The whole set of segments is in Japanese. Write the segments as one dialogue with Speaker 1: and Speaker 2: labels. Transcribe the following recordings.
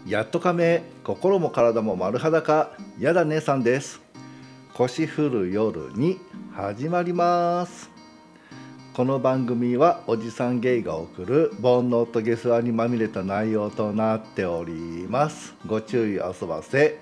Speaker 1: やっとかめ心も体も丸裸やだ姉さんです。腰振る夜に始まります。この番組はおじさんゲイが送る煩悩と下世話にまみれた内容となっております。ご注意あそばせ。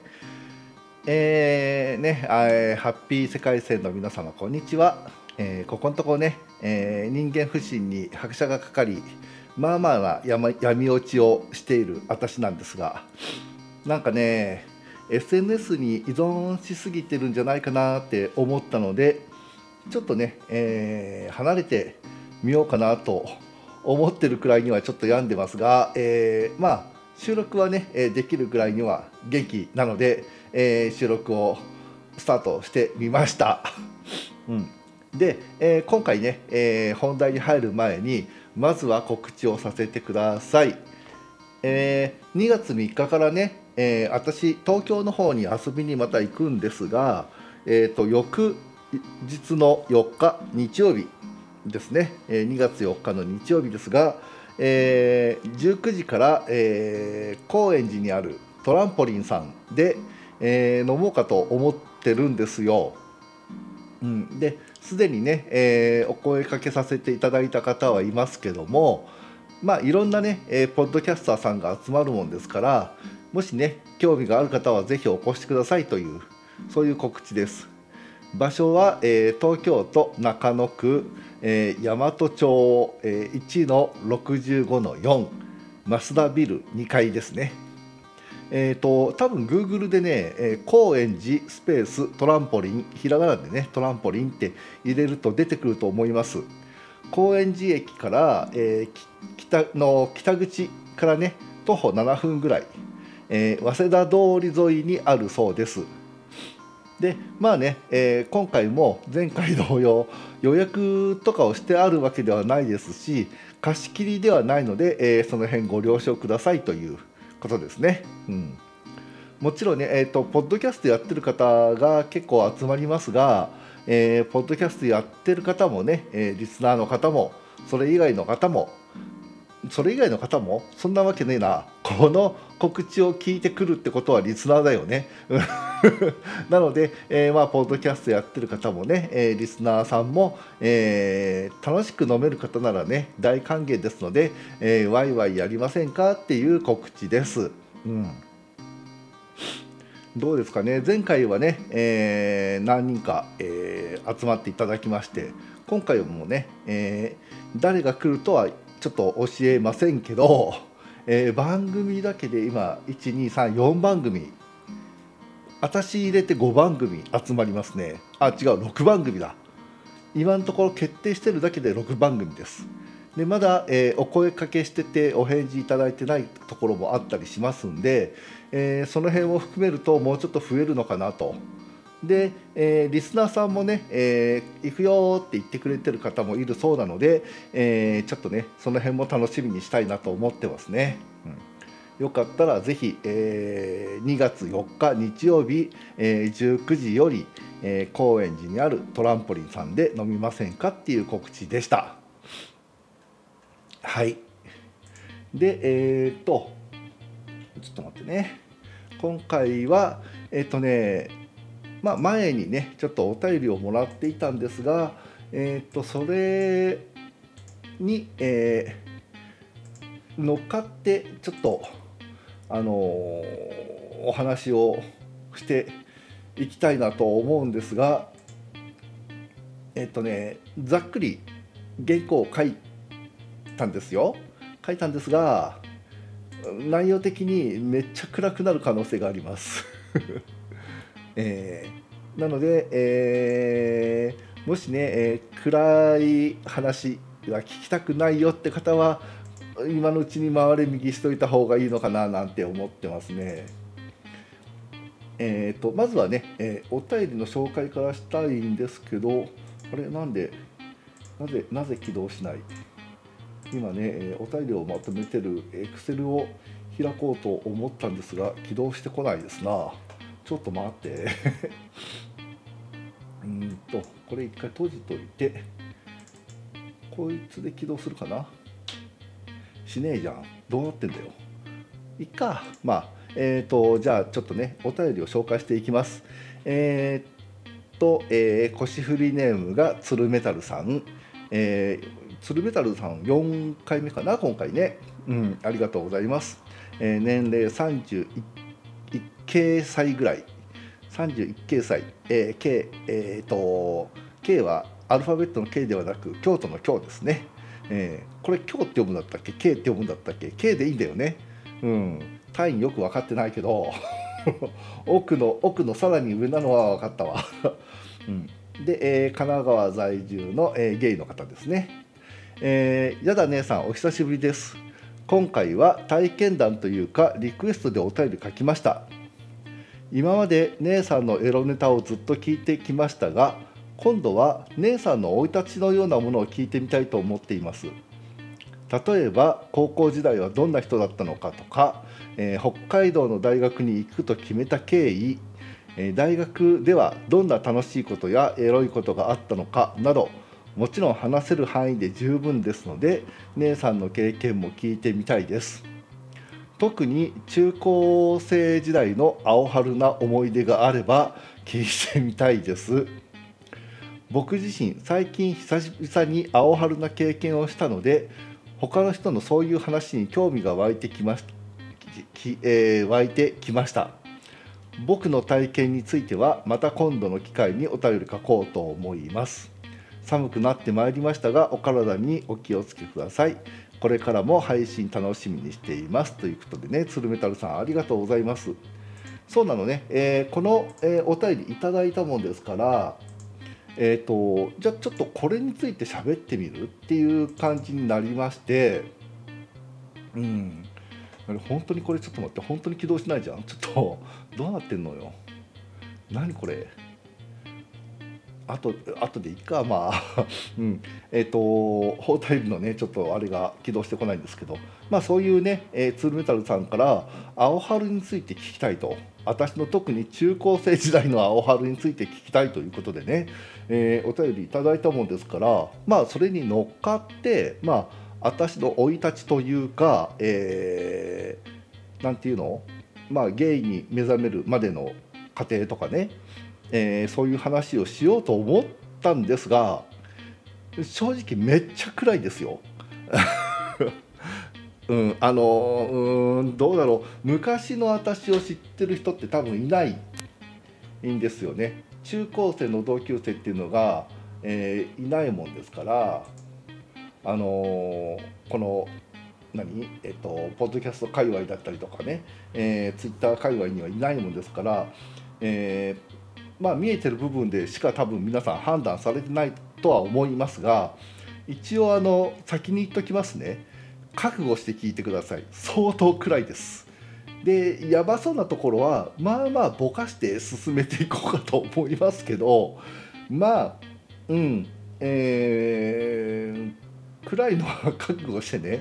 Speaker 1: ハッピー世界線の皆様こんにちは。ここのところね、人間不信に拍車がかかりまあまあな闇落ちをしている私なんですが、なんかね SNS に依存しすぎてるんじゃないかなって思ったので、ちょっとね、離れてみようかなと思ってるくらいにはちょっと病んでますが、まあ収録はねできるくらいには元気なので、収録をスタートしてみました。で、今回ね、本題に入る前にまずは告知をさせてください。2月3日からね、私東京の方に遊びにまた行くんですが、翌日の4日日曜日ですね、2月4日の日曜日ですが、19時から、高円寺にあるトランポリンさんで、飲もうかと思ってるんですよ。ですでにね、お声かけさせていただいた方はいますけども、いろんなね、ポッドキャスターさんが集まるもんですから、もしね興味がある方はぜひお越しくださいという、そういう告知です。場所は、東京都中野区、大和町、1-65-4 増田ビル2階ですね。多分 Google でね、高円寺スペーストランポリン、ひらがなでねトランポリンって入れると出てくると思います。高円寺駅から、北口からね徒歩7分ぐらい、早稲田通り沿いにあるそうです。で今回も前回同様予約とかをしてあるわけではないですし、貸し切りではないので、その辺ご了承くださいということですね。もちろんね、ポッドキャストやってる方が結構集まりますが、ポッドキャストやってる方もね、リスナーの方もそれ以外の方もそんなわけねえな、この告知を聞いてくるってことはリスナーだよね。なので、ポッドキャストやってる方もね、リスナーさんも、楽しく飲める方ならね大歓迎ですので、ワイワイやりませんかっていう告知です。どうですかね、前回はね、何人か、集まっていただきまして、今回もね、誰が来るとはちょっと教えませんけど、番組だけで今123-4番組、私入れて5番組集まりますね。違う、6番組だ。今のところ決定してるだけで6番組です。でまだ、お声かけしててお返事いただいてないところもあったりしますんで、その辺を含めるともうちょっと増えるのかなと。で、リスナーさんもね、行くよって言ってくれてる方もいるそうなので、ちょっとねその辺も楽しみにしたいなと思ってますね。よかったらぜひ、2月4日日曜日、19時より、高円寺にあるトランポリンさんで飲みませんかっていう告知でした。はい。で、ちょっと待ってね。今回は前にねちょっとお便りをもらっていたんですが、それに、乗っかってちょっとお話をしていきたいなと思うんですが、ざっくり原稿を書いたんですよ。書いたんですが、内容的にめっちゃ暗くなる可能性があります。なので、もしね、暗い話が聞きたくないよって方は今のうちに回れ右しといた方がいいのかななんて思ってますね。まずはね、お便りの紹介からしたいんですけど、あれなぜ起動しない。今ね、お便りをまとめてる Excel を開こうと思ったんですが起動してこないですな。ちょっと待ってこれ一回閉じといて、こいつで起動するかな。しねえじゃん、どうなってんだよ。 いっか。じゃあちょっとねお便りを紹介していきます。腰振りネームがつるメタルさん、つるメタルさん4回目かな今回ね。ありがとうございます。年齢31歳ぐらい、31歳、K はアルファベットの K ではなく京都の京ですね。これ京って読むんだったっけ K って読むんだったっけ K でいいんだよね。単位よく分かってないけど奥のさらに上なのは分かったわで、神奈川在住の、ゲイの方ですね。やだ姉さんお久しぶりです。今回は体験談というかリクエストでお便り書きました。今まで姉さんのエロネタをずっと聞いてきましたが、今度は姉さんの生い立ちのようなものを聞いてみたいと思っています。例えば高校時代はどんな人だったのかとか、北海道の大学に行くと決めた経緯、大学ではどんな楽しいことやエロいことがあったのかなど、もちろん話せる範囲で十分ですので、姉さんの経験も聞いてみたいです。特に中高生時代の青春な思い出があれば聞いてみたいです。僕自身最近久々に青春な経験をしたので、他の人のそういう話に興味が湧いてきました。僕の体験についてはまた今度の機会にお便り書こうと思います。寒くなってまいりましたが、お体にお気をつけください。これからも配信楽しみにしていますということでね、つるメタルさんありがとうございます。そうなのね、この、お便りいただいたもんですから、じゃあちょっとこれについて喋ってみるっていう感じになりまして、本当にこれちょっと待って、本当に起動しないじゃん。ちょっとどうなってんのよ。何これ。あとでいいか、まあホータイルのねちょっとあれが起動してこないんですけど、まあそういうね、ツールメタルさんから青春について聞きたいと、私の特に中高生時代の青春について聞きたいということでね、お便りいただいたもんですから、まあそれに乗っかって、まあ私の生い立ちというか、なんていうの、まあゲイに目覚めるまでの過程とかね、そういう話をしようと思ったんですが、正直めっちゃ暗いですよ。どうだろう、昔の私を知ってる人って多分いないんですよね。中高生の同級生っていうのが、いないもんですから、このポッドキャスト界隈だったりとかね、ツイッター界隈にはいないもんですから、まあ見えてる部分でしか多分皆さん判断されてないとは思いますが、一応先に言っときますね。覚悟して聞いてください。相当暗いです。で、やばそうなところはまあまあぼかして進めていこうかと思いますけど、まあうん、暗いのは覚悟してね。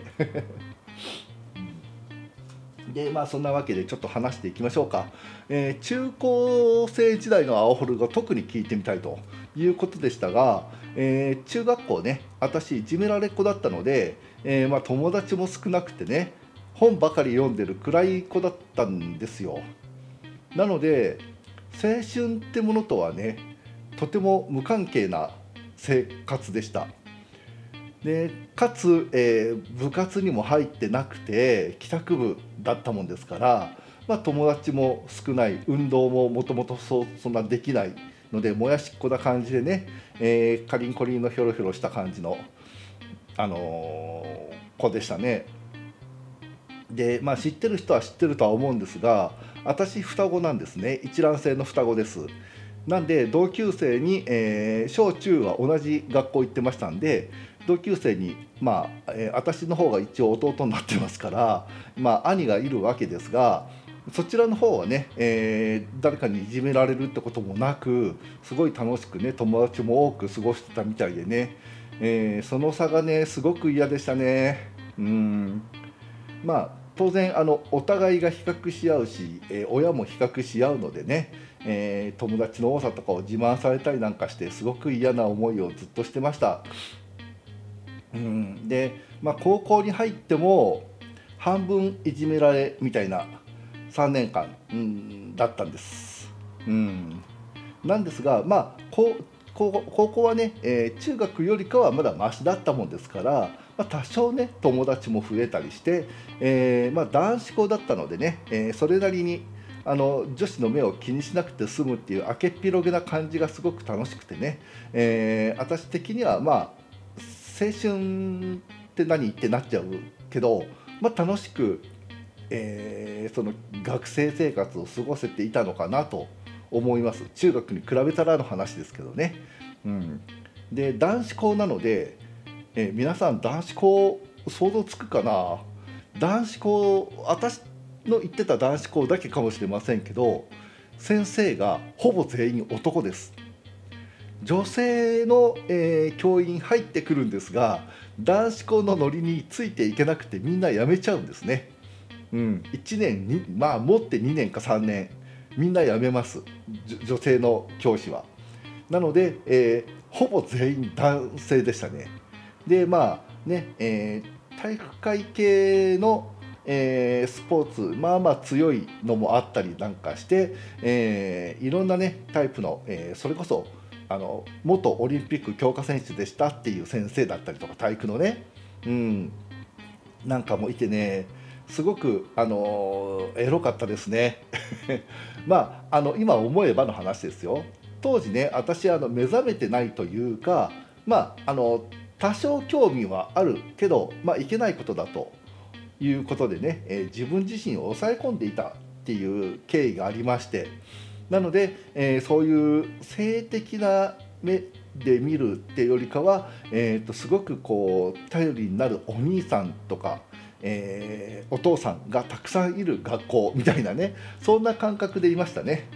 Speaker 1: でまあそんなわけでちょっと話していきましょうか。中高生時代の青春が特に聞いてみたいということでしたが、中学校ね、私いじめられっ子だったので、まあ、友達も少なくてね、本ばかり読んでる暗い子だったんですよ。なので青春ってものとはね、とても無関係な生活でした。でかつ、部活にも入ってなくて帰宅部だったもんですから、まあ、友達も少ない、運動ももともとそんなできないので、もやしっこな感じでね、カリンコリンのひょろひょろした感じの、子でしたね。で、まあ、知ってる人は知ってるとは思うんですが、私双子なんですね。一卵性の双子です。なんで同級生に、小中は同じ学校行ってましたんで、同級生に、まあ私の方が一応弟になってますから、まあ、兄がいるわけですが、そちらの方はね、誰かにいじめられるってこともなく、すごい楽しくね友達も多く過ごしてたみたいでね、その差がねすごく嫌でしたね。まあ当然お互いが比較し合うし、親も比較し合うのでね、友達の多さとかを自慢されたりなんかしてすごく嫌な思いをずっとしてました。で、まあ、高校に入っても半分いじめられみたいな3年間、だったんです。なんですが、高校はね、中学よりかはまだマシだったもんですから、多少ね友達も増えたりして、男子校だったのでね、それなりに女子の目を気にしなくて済むっていう明けっぴろげな感じがすごく楽しくてね、私的には青春って何ってなっちゃうけど、楽しく、その学生生活を過ごせていたのかなと思います。中学に比べたらの話ですけどね。で男子校なので、皆さん男子校想像つくかな。男子校、私の行ってた男子校だけかもしれませんけど、先生がほぼ全員男です。女性の、教員入ってくるんですが、男子校のノリについていけなくてみんな辞めちゃうんですね。1年に持って2年か3年みんな辞めます、女性の教師は。なので、ほぼ全員男性でしたね。で体育会系の、スポーツ強いのもあったりなんかして、いろんなねタイプの、それこそ元オリンピック強化選手でしたっていう先生だったりとか、体育のね、なんかもいてね、すごく、エロかったですね。今思えばの話ですよ。当時ね、私目覚めてないというか、多少興味はあるけど、いけないことだということでね、自分自身を抑え込んでいたっていう経緯がありまして、なので、そういう性的な目で見るっていうよりかは、すごくこう頼りになるお兄さんとか、お父さんがたくさんいる学校みたいなね、そんな感覚でいましたね。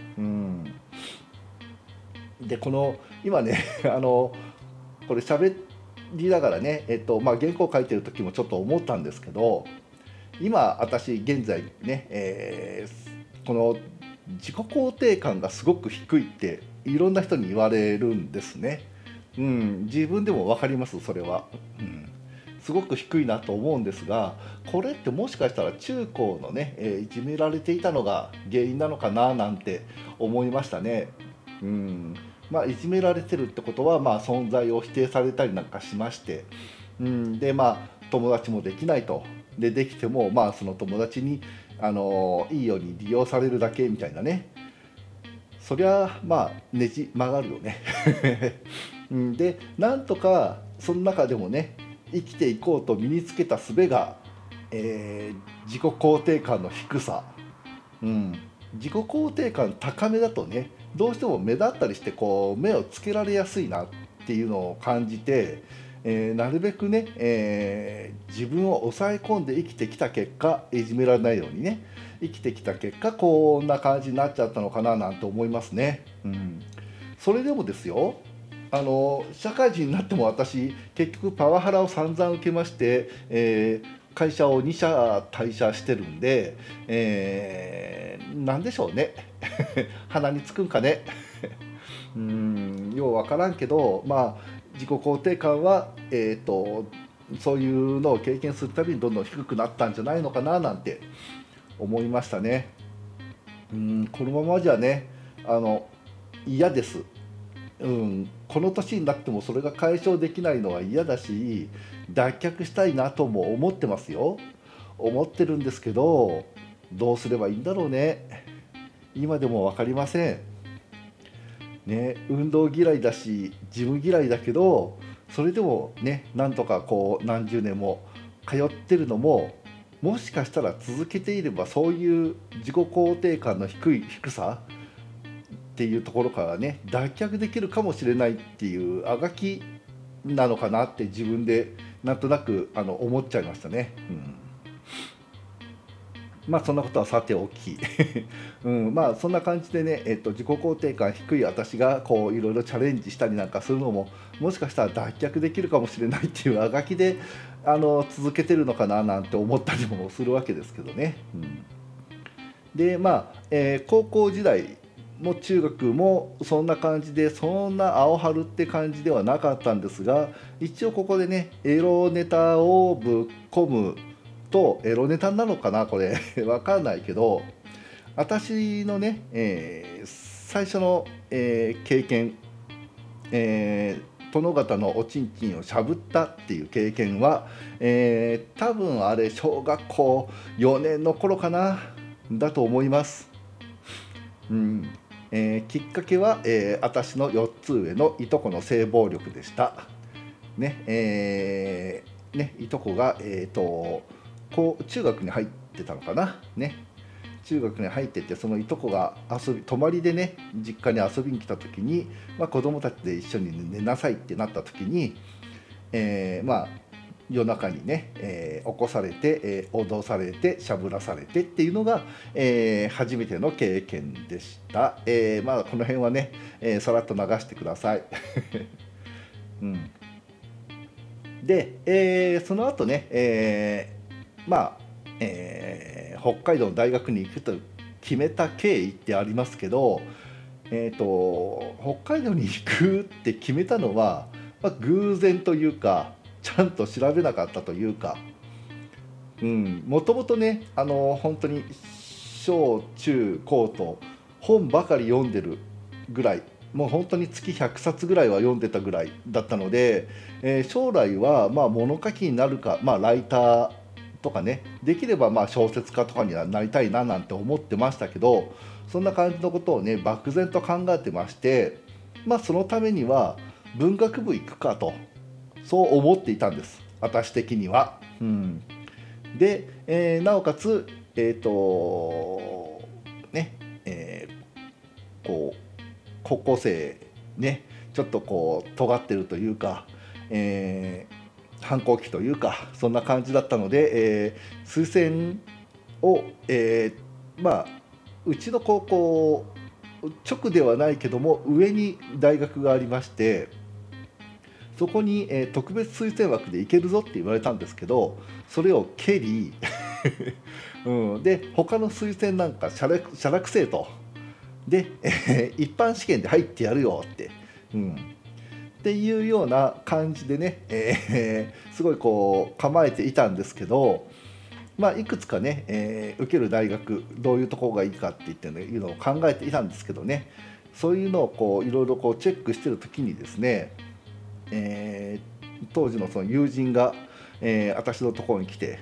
Speaker 1: でこの今ねこれ喋りながらね、原稿書いてる時もちょっと思ったんですけど、今私現在ね、この自己肯定感がすごく低いっていろんな人に言われるんですね。自分でも分かります、それは。すごく低いなと思うんですが、これってもしかしたら中高のね、いじめられていたのが原因なのかななんて思いましたね。いじめられてるってことは、存在を否定されたりなんかしまして、で友達もできないと。できてもその友達にいいように利用されるだけみたいなね。そりゃねじ曲がるよね。でなんとかその中でもね生きていこうと身につけた術が、自己肯定感の低さ。自己肯定感高めだとね、どうしても目立ったりしてこう目をつけられやすいなっていうのを感じて、なるべくね、自分を抑え込んで生きてきた結果、いじめられないようにね生きてきた結果、こんな感じになっちゃったのかななんて思いますね。それでもですよ、社会人になっても私結局パワハラを散々受けまして、会社を2社退社してるんで、なんでしょうね。鼻につくんかね。ようわからんけど、自己肯定感は、そういうのを経験するたびにどんどん低くなったんじゃないのかななんて思いましたね。このままじゃね、嫌です。この年になってもそれが解消できないのは嫌だし、脱却したいなとも思ってますよ。思ってるんですけど、どうすればいいんだろうね。今でも分かりませんね。運動嫌いだし自分嫌いだけど、それでもねなんとかこう何十年も通ってるのも、もしかしたら続けていればそういう自己肯定感の低さっていうところからね脱却できるかもしれないっていうあがきなのかなって自分でなんとなく思っちゃいましたね。そんなことはさておき、そんな感じでね、自己肯定感低い私がこういろいろチャレンジしたりなんかするのも、もしかしたら脱却できるかもしれないっていうあがきで続けてるのかななんて思ったりもするわけですけどね。で高校時代も中学もそんな感じで、そんな青春って感じではなかったんですが、一応ここでねエロネタをぶっ込むとエロネタなのかなこれわかんないけど、私のね、最初の、経験、殿方のおちんちんをしゃぶったっていう経験は、多分あれ小学校4年の頃かなだと思います。うん。きっかけは、私の4つ上のいとこの性暴力でした。ね、いとこが、中学に入ってたのかな。ね、中学に入ってて、そのいとこが泊まりでね実家に遊びに来た時に、子供たちで一緒に寝なさいってなった時に、夜中にね、起こされて、脅されてしゃぶらされてっていうのが、初めての経験でした。この辺はね、さらっと流してください。うん、で、その後ね、北海道の大学に行くと決めた経緯ってありますけど、北海道に行くって決めたのは、偶然というかちゃんと調べなかったというか、もともとね本当に小中高と本ばかり読んでるぐらい、もう本当に月100冊ぐらいは読んでたぐらいだったので、将来は物書きになるか、ライターとかね、できれば小説家とかにはなりたいななんて思ってましたけど、そんな感じのことをね漠然と考えてまして、そのためには文学部行くかと、そう思っていたんです私的には。で、なおかつねこう高校生ね、ちょっとこう尖ってるというか、反抗期というかそんな感じだったので、推薦を、うちの高校直ではないけども上に大学がありまして、そこに、特別推薦枠で行けるぞって言われたんですけど、それを蹴り、で他の推薦なんかしゃらくせえと。で、一般試験で入ってやるよって、っていうような感じでね、すごいこう構えていたんですけど、いくつかね、受ける大学どういうところがいいかって言って、ね、いうのを考えていたんですけどね、そういうのをこういろいろこうチェックしてる時にですね、当時のその友人が、私のところに来て、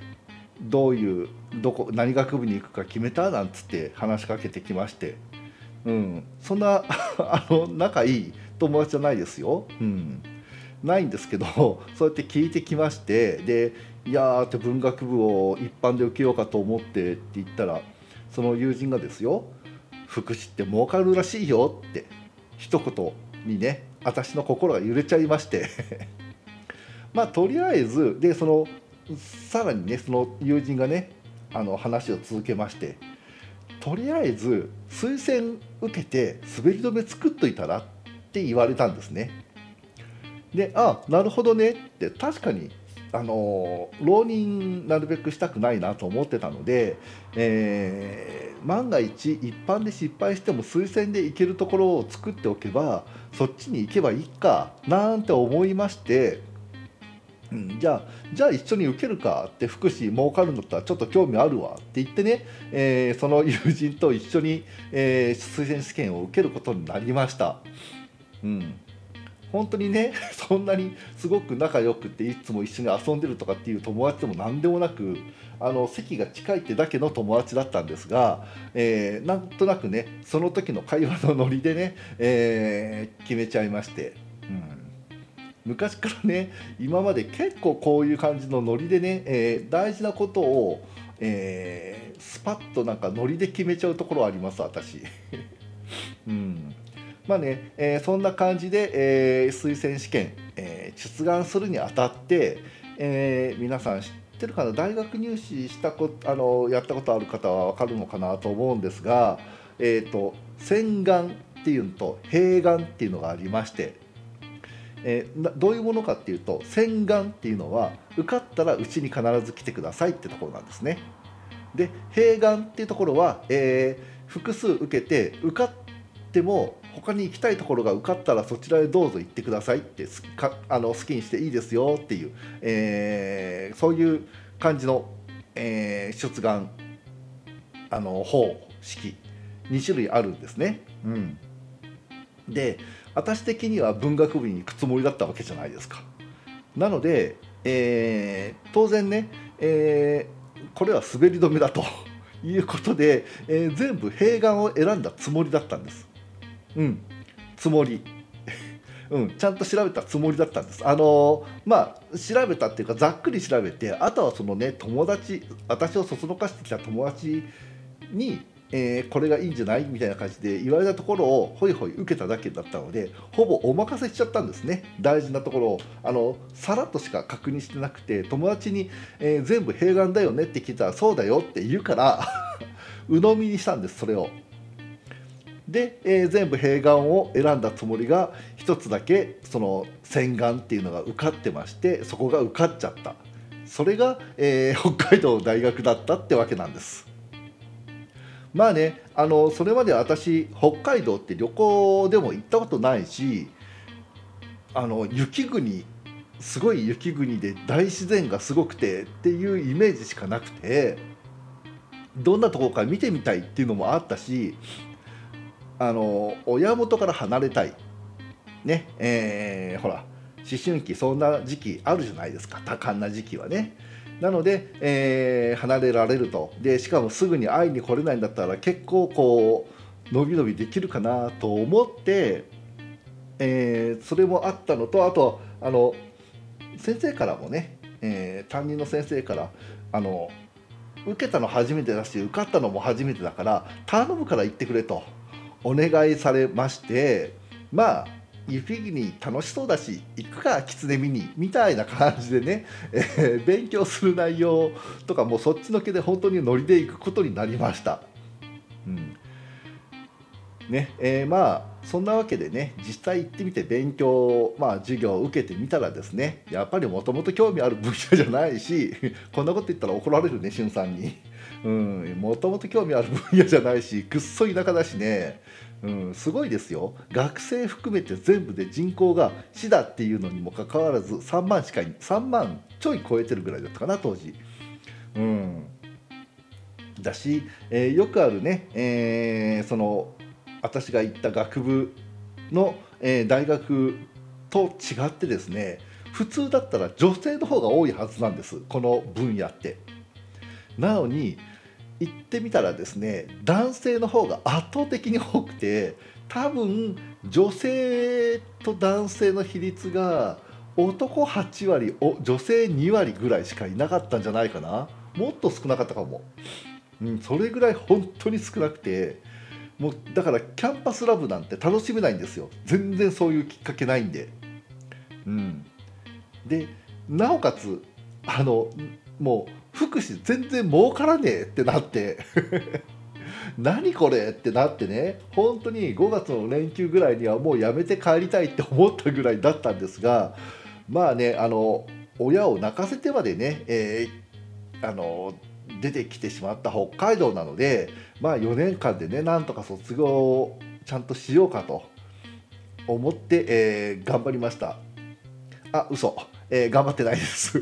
Speaker 1: 何学部に行くか決めたなんつって話しかけてきまして、そんな仲いい友達じゃないですよ、ないんですけど、そうやって聞いてきまして、でいやーって文学部を一般で受けようかと思ってって言ったら、その友人がですよ、福祉って儲かるらしいよって一言にね、私の心が揺れちゃいましてとりあえずでさらにねその友人がね話を続けまして、とりあえず推薦受けて滑り止め作っといたらって言われたんですね。で、なるほどねって、確かに浪人なるべくしたくないなと思ってたので、万が一一般で失敗しても推薦で行けるところを作っておけばそっちに行けばいいかなんて思いまして、じゃあ一緒に受けるかって、福祉儲かるんだったらちょっと興味あるわって言ってね、その友人と一緒に、推薦試験を受けることになりました。本当にねそんなにすごく仲良くていつも一緒に遊んでるとかっていう友達でも何でもなく、席が近いってだけの友達だったんですが、なんとなくねその時の会話のノリでね、決めちゃいまして。昔からね今まで結構こういう感じのノリでね、大事なことを、スパッとなんかノリで決めちゃうところあります私。そんな感じで、推薦試験、出願するにあたって、皆さん知ってるかな、大学入試したやったことある方は分かるのかなと思うんですが、洗顔っていうのと併願っていうのがありまして、どういうものかっていうと、洗顔っていうのは受かったらうちに必ず来てくださいってところなんですね。で併願っていうところは、複数受けて受かっても他に行きたいところが受かったらそちらへどうぞ行ってくださいって、好きにしていいですよっていう、そういう感じの、 出願方式2種類あるんですね。で私的には文学部に行くつもりだったわけじゃないですか。なので、当然ね、これは滑り止めだということで、全部併願を選んだつもりだったんです。つもりちゃんと調べたつもりだったんです。調べたっていうかざっくり調べて、あとはそのね友達、私をそそのかしてきた友達に、これがいいんじゃないみたいな感じで言われたところをホイホイ受けただけだったので、ほぼお任せしちゃったんですね。大事なところをさらっとしか確認してなくて、友達に、全部併願だよねって聞いたらそうだよって言うから鵜呑みにしたんです、それを。で、全部併願を選んだつもりが一つだけその洗願っていうのが受かってまして、そこが受かっちゃった。それが、北海道の大学だったってわけなんです。まあね、それまで私北海道って旅行でも行ったことないし、雪国、すごい雪国で大自然がすごくてっていうイメージしかなくて、どんなところか見てみたいっていうのもあったし、親元から離れたいね、ほら思春期そんな時期あるじゃないですか、多感な時期はね。なので、離れられると。でしかもすぐに会いに来れないんだったら結構こう伸び伸びできるかなと思って、それもあったのと、あと先生からもね、担任の先生から受けたの初めてだし受かったのも初めてだから頼むから行ってくれとお願いされまして、まあ雪国楽しそうだし行くか狐見にみたいな感じでね、勉強する内容とかもうそっちのけで本当にノリで行くことになりました。ねそんなわけでね、実際行ってみて勉強、授業を受けてみたらですね、やっぱりもともと興味ある分野じゃないしこんなこと言ったら怒られるね、しゅんさんに。もともと興味ある分野じゃないし、くっそ田舎だしね、すごいですよ。学生含めて全部で人口が市だっていうのにもかかわらず3万しか3万ちょい超えてるぐらいだったかな当時。だし、よくあるね、その私が行った学部の、大学と違ってですね、普通だったら女性の方が多いはずなんです、この分野って。なのに行ってみたらですね、男性の方が圧倒的に多くて、多分女性と男性の比率が男8割女性2割ぐらいしかいなかったんじゃないかな。もっと少なかったかも。それぐらい本当に少なくて、もうだからキャンパスラブなんて楽しめないんですよ。全然そういうきっかけないんで。でなおかつもう福祉全然儲からねえってなって何これってなってね、本当に5月の連休ぐらいにはもうやめて帰りたいって思ったぐらいだったんですが、親を泣かせてまでね、出てきてしまった北海道なので、4年間でねなんとか卒業をちゃんとしようかと思って、頑張りました。嘘、頑張ってないです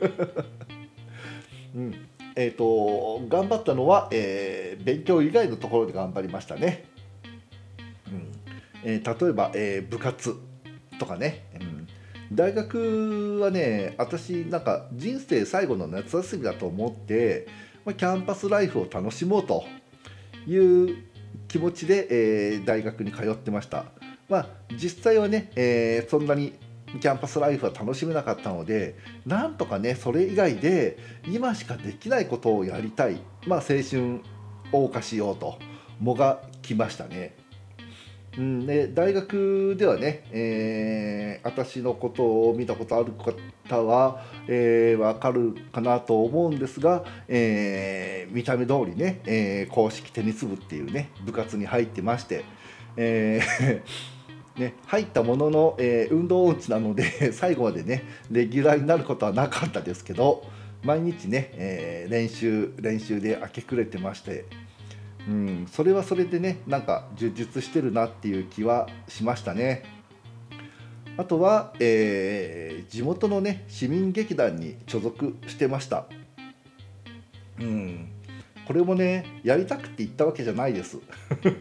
Speaker 1: 頑張ったのは、勉強以外のところで頑張りましたね。例えば、部活とかね、大学はね、私なんか人生最後の夏休みだと思って、キャンパスライフを楽しもうという気持ちで、大学に通ってました。実際はね、そんなにキャンパスライフは楽しめなかったので、なんとかねそれ以外で今しかできないことをやりたい、青春を謳歌しようともがきましたね。で大学ではね、私のことを見たことある方は、わかるかなと思うんですが、見た目通りね、硬式テニス部っていうね部活に入ってまして、入ったものの、運動音痴なので最後までねレギュラーになることはなかったですけど、毎日ね、練習で明け暮れてまして、それはそれでねなんか充実してるなっていう気はしましたね。あとは、地元のね市民劇団に所属してました。 うん、これもねやりたくて言ったわけじゃないです。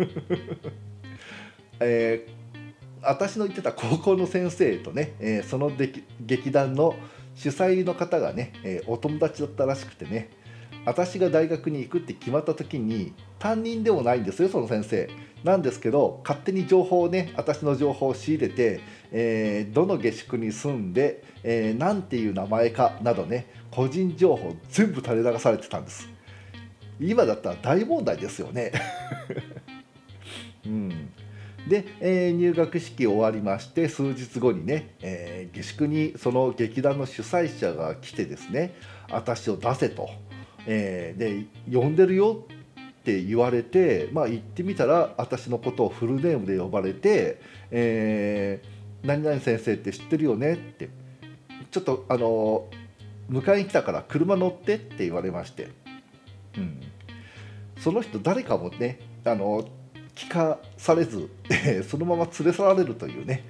Speaker 1: えー私の言ってた高校の先生とね、その劇団の主催の方がね、お友達だったらしくてね、私が大学に行くって決まった時に担任でもないんですよその先生なんですけど、勝手に情報をね私の情報を仕入れて、どの下宿に住んで、なんていう名前かなどね個人情報全部垂れ流されてたんです。今だったら大問題ですよね。うん、で、入学式終わりまして数日後にね、下宿にその劇団の主催者が来てですね、私を出せと、で呼んでるよって言われて、まあ、行ってみたら私のことをフルネームで呼ばれて、何々先生って知ってるよねって、ちょっと迎えに来たから車乗ってって言われまして、うん、その人誰かもね聞かされず、そのまま連れ去られるというね、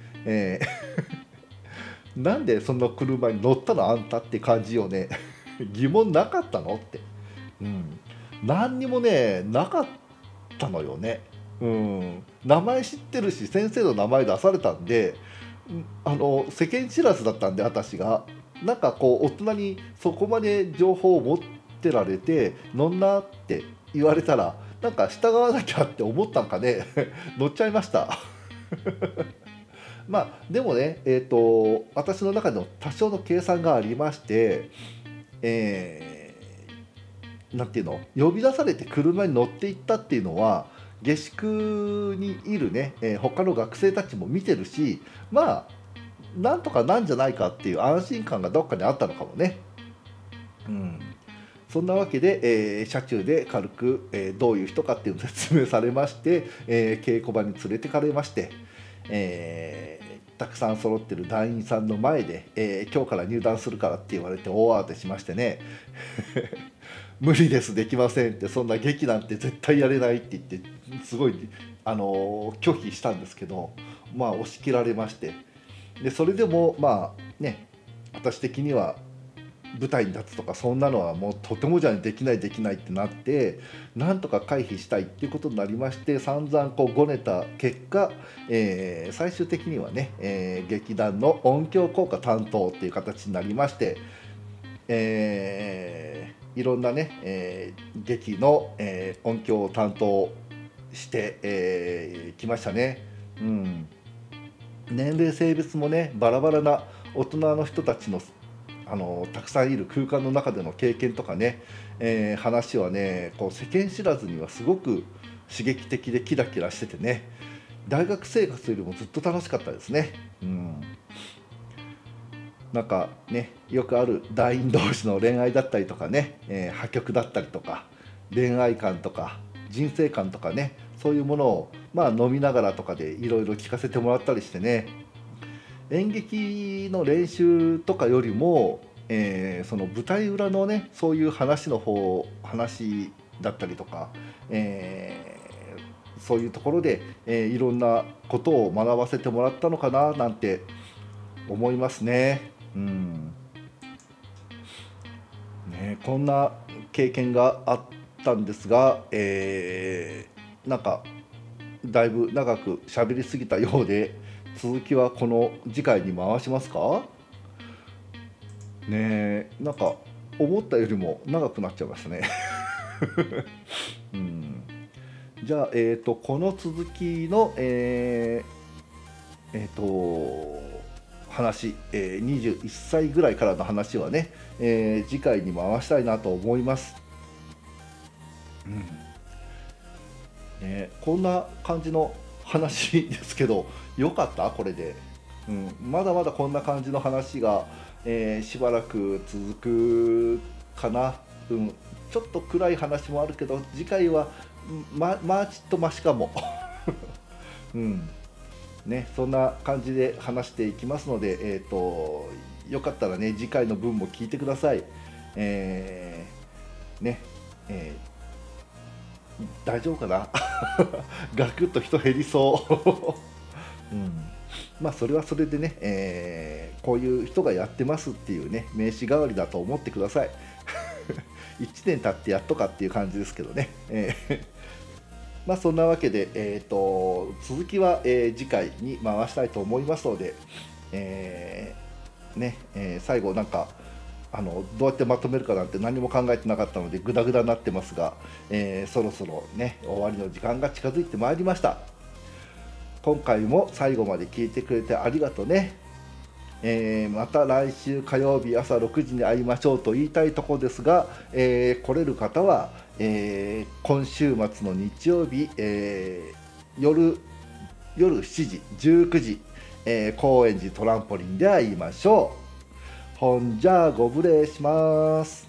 Speaker 1: なんでその車に乗ったのあんたって感じよね。疑問なかったのって、うん、何にもねなかったのよね、うん、名前知ってるし先生の名前出されたんで、世間知らずだったんで私がなんかこう大人にそこまで情報を持ってられて乗んなって言われたらなんか従わなきゃって思ったんかね。乗っちゃいました。まあでもね、私の中での多少の計算がありまして、えなんていうの呼び出されて車に乗っていったっていうのは下宿にいるね、他の学生たちも見てるし、まあなんとかなんじゃないかっていう安心感がどっかにあったのかもね。うん、そんなわけで、車中で軽く、どういう人かっていうのを説明されまして、稽古場に連れてかれまして、たくさん揃ってる団員さんの前で、今日から入団するからって言われて大慌てしましてね。無理ですできませんって、そんな劇なんて絶対やれないって言ってすごい、拒否したんですけど、まあ押し切られまして、でそれでもまあね私的には舞台に立つとかそんなのはもうとてもじゃできないできないってなって、なんとか回避したいっていうことになりまして、散々こうごねた結果、最終的にはね、劇団の音響効果担当っていう形になりまして、いろんなね、劇の、音響を担当して、きましたね。うん、年齢性別もねバラバラな大人の人たちのたくさんいる空間の中での経験とかね、話はねこう世間知らずにはすごく刺激的でキラキラしててね、大学生活よりもずっと楽しかったですね。うん、なんかねよくある団員同士の恋愛だったりとかね、破局だったりとか恋愛観とか人生観とかね、そういうものをまあ飲みながらとかでいろいろ聞かせてもらったりしてね、演劇の練習とかよりも、その舞台裏のねそういう話だったりとか、そういうところで、いろんなことを学ばせてもらったのかななんて思いますね。うん、ね、こんな経験があったんですが、なんかだいぶ長く喋りすぎたようで、続きはこの次回に回しますかね。なんか思ったよりも長くなっちゃいましたね。うん、じゃあ、この続きの、話、21歳ぐらいからの話はね、次回に回したいなと思います。ね、こんな感じの話ですけど、よかったこれで、うん、まだまだこんな感じの話が、しばらく続くかな、うん、ちょっと暗い話もあるけど次回はまあちょっとマシかも。うんね、そんな感じで話していきますので、よかったらね次回の分も聞いてください。ねえ大丈夫かな。ガクッと人減りそう、うん、まあそれはそれでね、こういう人がやってますっていうね名刺代わりだと思ってください。 1年経ってやっとかっていう感じですけどね。まあそんなわけで、続きは、次回に回したいと思いますので、最後なんかどうやってまとめるかなんて何も考えてなかったのでグダグダになってますが、そろそろね終わりの時間が近づいてまいりました。今回も最後まで聞いてくれてありがとうね。また来週火曜日朝6時に会いましょうと言いたいところですが、来れる方は、今週末の日曜日、夜7時19時、高円寺トランポリンで会いましょう。ほんじゃあご無礼します。